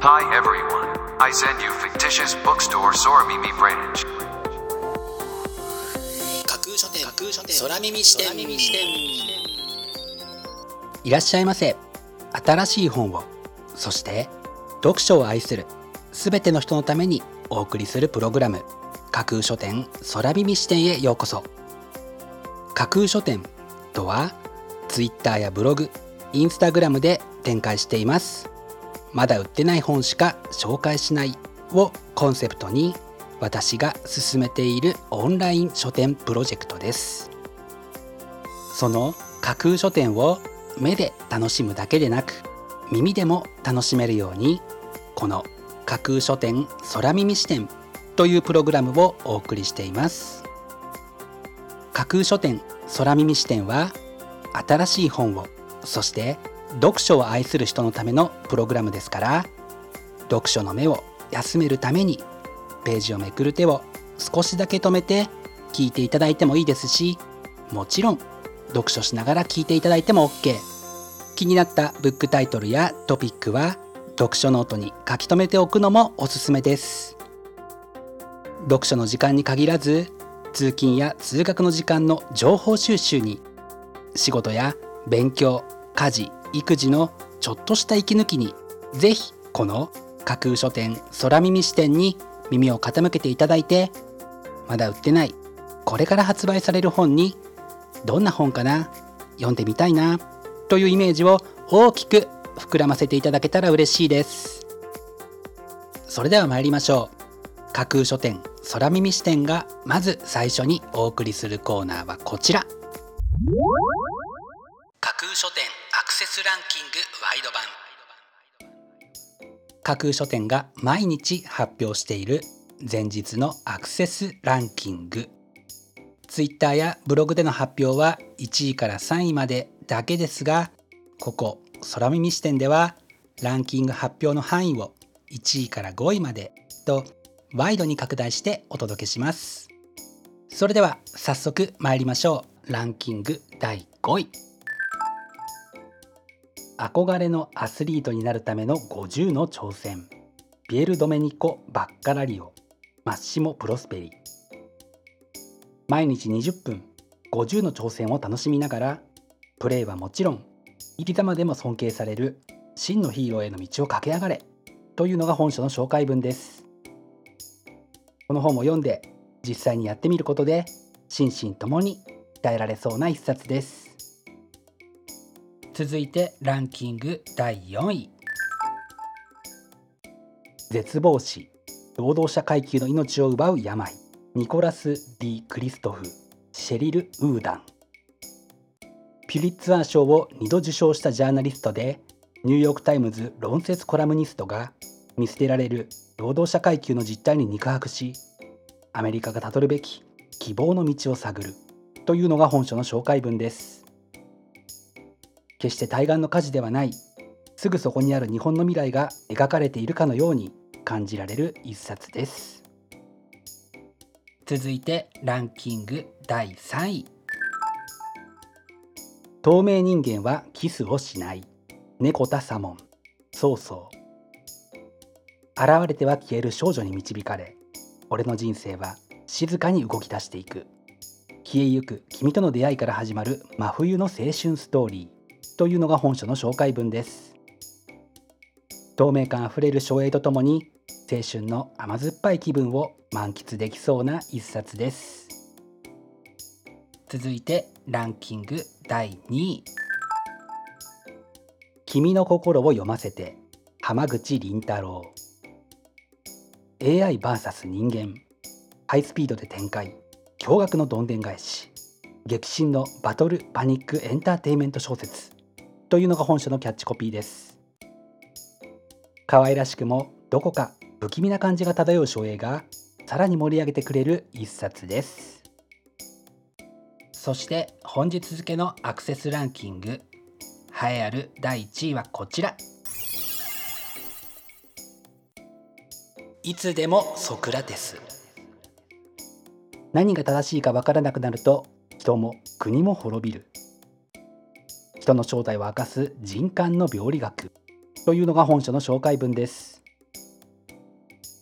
Hi everyone, I send you fictitious bookstore Soramimi branch. 架空書店空耳視点。 いらっしゃいませ。新しい本を、そして読書を愛するすべての人のためにお送りするプログラム、架空書店空耳視点へようこそ。架空書店とは Twitter やブログ、Instagram で展開しています。まだ売ってない本しか紹介しないをコンセプトに、私が進めているオンライン書店プロジェクトです。その架空書店を目で楽しむだけでなく、耳でも楽しめるように、この架空書店空耳視点というプログラムをお送りしています。架空書店空耳視点は、新しい本を、そして読書を愛する人のためのプログラムですから、読書の目を休めるためにページをめくる手を少しだけ止めて聞いていただいてもいいですし、もちろん読書しながら聞いていただいても OK。 気になったブックタイトルやトピックは読書ノートに書き留めておくのもおすすめです。読書の時間に限らず、通勤や通学の時間の情報収集に、仕事や勉強、家事、育児のちょっとした息抜きに、ぜひこの架空書店空耳視点に耳を傾けていただいて、まだ売ってない、これから発売される本に、どんな本かな、読んでみたいなというイメージを大きく膨らませていただけたら嬉しいです。それでは参りましょう。架空書店空耳視点がまず最初にお送りするコーナーはこちら。架空書店アクセスランキングワイド版。架空書店が毎日発表している前日のアクセスランキング。ツイッターやブログでの発表は1位から3位までだけですが、ここ空耳視点ではランキング発表の範囲を1位から5位までとワイドに拡大してお届けします。それでは早速参りましょう。ランキング第5位。憧れのアスリートになるための50の挑戦、ピエル・ドメニコ・バッカラリオ、マッシモ・プロスペリ。毎日20分50の挑戦を楽しみながら、プレーはもちろん生き様でも尊敬される真のヒーローへの道を駆け上がれというのが本書の紹介文です。この本を読んで実際にやってみることで、心身ともに鍛えられそうな一冊です。続いてランキング第4位。絶望死、労働者階級の命を奪う病、ニコラス・ディ・クリストフ、シェリル・ウーダン。ピュリッツァー賞を2度受賞したジャーナリストで、ニューヨークタイムズ論説コラムニストが見捨てられる労働者階級の実態に肉薄し、アメリカがたどるべき希望の道を探るというのが本書の紹介文です。決して対岸の火事ではない、すぐそこにある日本の未来が描かれているかのように感じられる一冊です。続いてランキング第3位。透明人間はキスをしない、猫田左門、そうそう。現れては消える少女に導かれ、俺の人生は静かに動き出していく。消えゆく君との出会いから始まる真冬の青春ストーリーというのが本書の紹介文です。透明感あふれる照英とともに、青春の甘酸っぱい気分を満喫できそうな一冊です。続いてランキング第2位。君の心を読ませて、浜口倫太郎。 AI vs 人間、ハイスピードで展開、驚愕のどんでん返し、激震のバトルパニックエンターテインメント小説というのが本書のキャッチコピーです。可愛らしくもどこか不気味な感じが漂う照英がさらに盛り上げてくれる一冊です。そして本日付のアクセスランキング、栄えある第1位はこちら。いつでもソクラテス。何が正しいか分からなくなると、人も国も滅びる。人の正体を明かす人間の病理学というのが本書の紹介文です。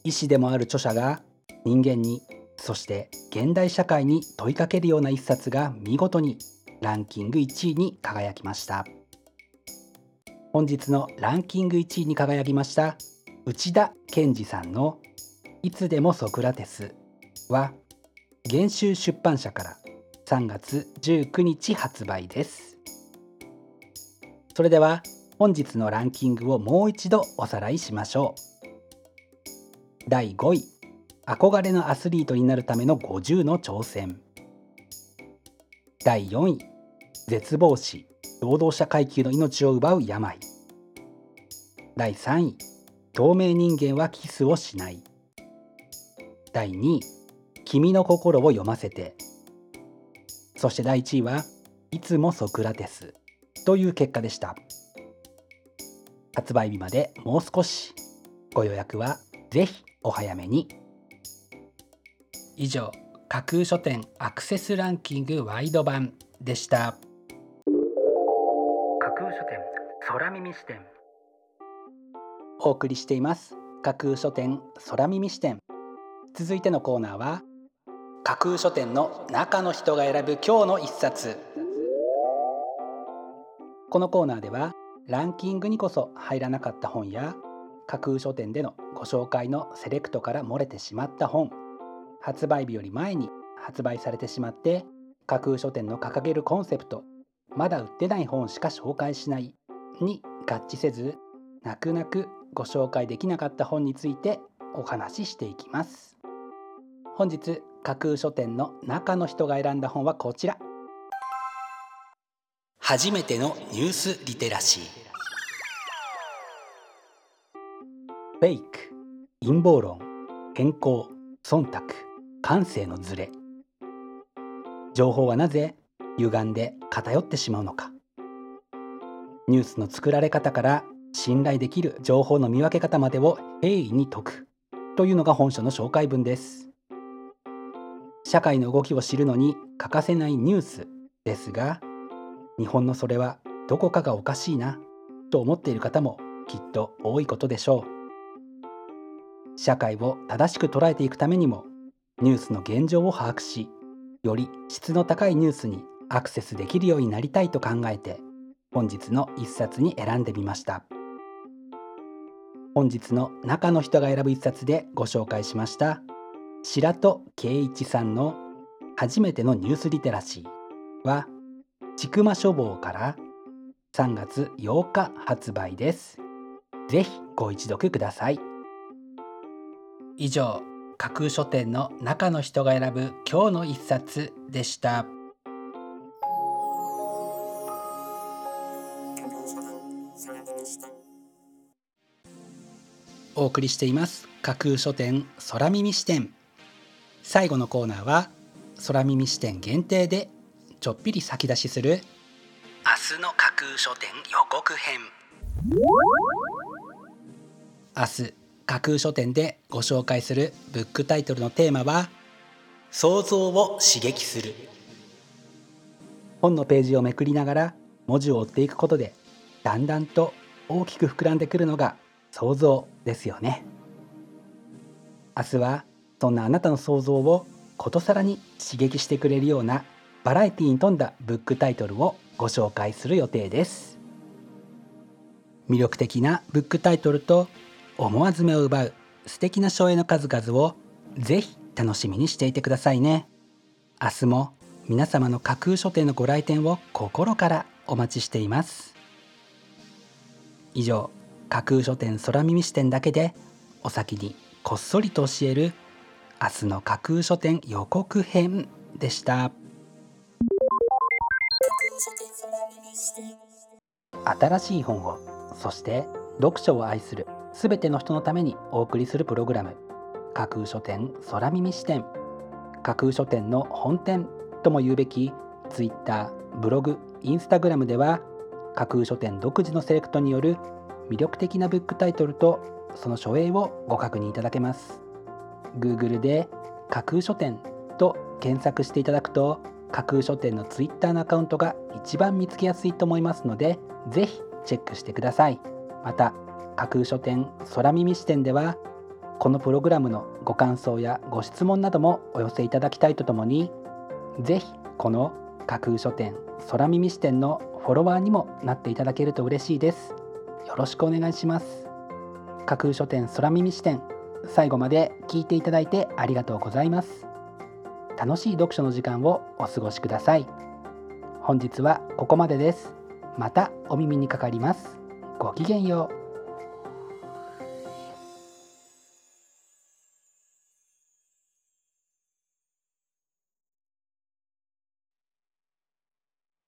医師でもある著者が人間に、そして現代社会に問いかけるような一冊が見事にランキング1位に輝きました。本日のランキング1位に輝きました内田健二さんのいつでもソクラテスは原秋出版社から3月19日発売です。それでは本日のランキングをもう一度おさらいしましょう。第5位、憧れのアスリートになるための50の挑戦。第4位、絶望死、労働者階級の命を奪う病。第3位、透明人間はキスをしない。第2位、君の心を読ませて。そして第1位はいつもソクラテスという結果でした。発売日までもう少し。ご予約はぜひお早めに。以上、架空書店アクセスランキングワイド版でした。架空書店空耳視点、お送りしています架空書店空耳視点。続いてのコーナーは架空書店の中の人が選ぶ今日の一冊。このコーナーではランキングにこそ入らなかった本や架空書店でのご紹介のセレクトから漏れてしまった本、発売日より前に発売されてしまって架空書店の掲げるコンセプト、まだ売ってない本しか紹介しないに合致せず、泣く泣くご紹介できなかった本についてお話ししていきます。本日架空書店の中の人が選んだ本はこちら。初めてのニュースリテラシー。フェイク、陰謀論、変更、忖度、感性のズレ。情報はなぜ歪んで偏ってしまうのか。ニュースの作られ方から信頼できる情報の見分け方までを平易に説くというのが本書の紹介文です。社会の動きを知るのに欠かせないニュースですが、日本のそれはどこかがおかしいなと思っている方もきっと多いことでしょう。社会を正しく捉えていくためにもニュースの現状を把握し、より質の高いニュースにアクセスできるようになりたいと考えて本日の一冊に選んでみました。本日の中の人が選ぶ一冊でご紹介しました白戸圭一さんの初めてのニュースリテラシーはちくま書房から3月8日発売です。ぜひご一読ください。以上、架空書店の中の人が選ぶ今日の一冊でした。お送りしています架空書店空耳視点。最後のコーナーは空耳視点限定でちょっぴり先出しする明日の架空書店予告編。明日架空書店でご紹介するブックタイトルのテーマは想像を刺激する。本のページをめくりながら文字を追っていくことでだんだんと大きく膨らんでくるのが想像ですよね。明日はそんなあなたの想像をことさらに刺激してくれるようなバラエティに富んだブックタイトルをご紹介する予定です。魅力的なブックタイトルと思わず目を奪う素敵な書影の数々をぜひ楽しみにしていてくださいね。明日も皆様の架空書店のご来店を心からお待ちしています。以上、架空書店空耳視点だけでお先にこっそりと教える明日の架空書店予告編でした。新しい本を、そして読書を愛するすべての人のためにお送りするプログラム、架空書店空耳視点。架空書店の本店とも言うべき Twitter、ブログ、Instagram では架空書店独自のセレクトによる魅力的なブックタイトルとその書影をご確認いただけます。 Google で架空書店と検索していただくと架空書店の Twitter のアカウントが一番見つけやすいと思いますので、ぜひチェックしてください。また架空書店空耳視点ではこのプログラムのご感想やご質問などもお寄せいただきたいとともに、ぜひこの架空書店空耳視点のフォロワーにもなっていただけると嬉しいです。よろしくお願いします。架空書店空耳視点、最後まで聞いていただいてありがとうございます。楽しい読書の時間をお過ごしください。本日はここまでです。またお耳にかかります。ごきげんよう。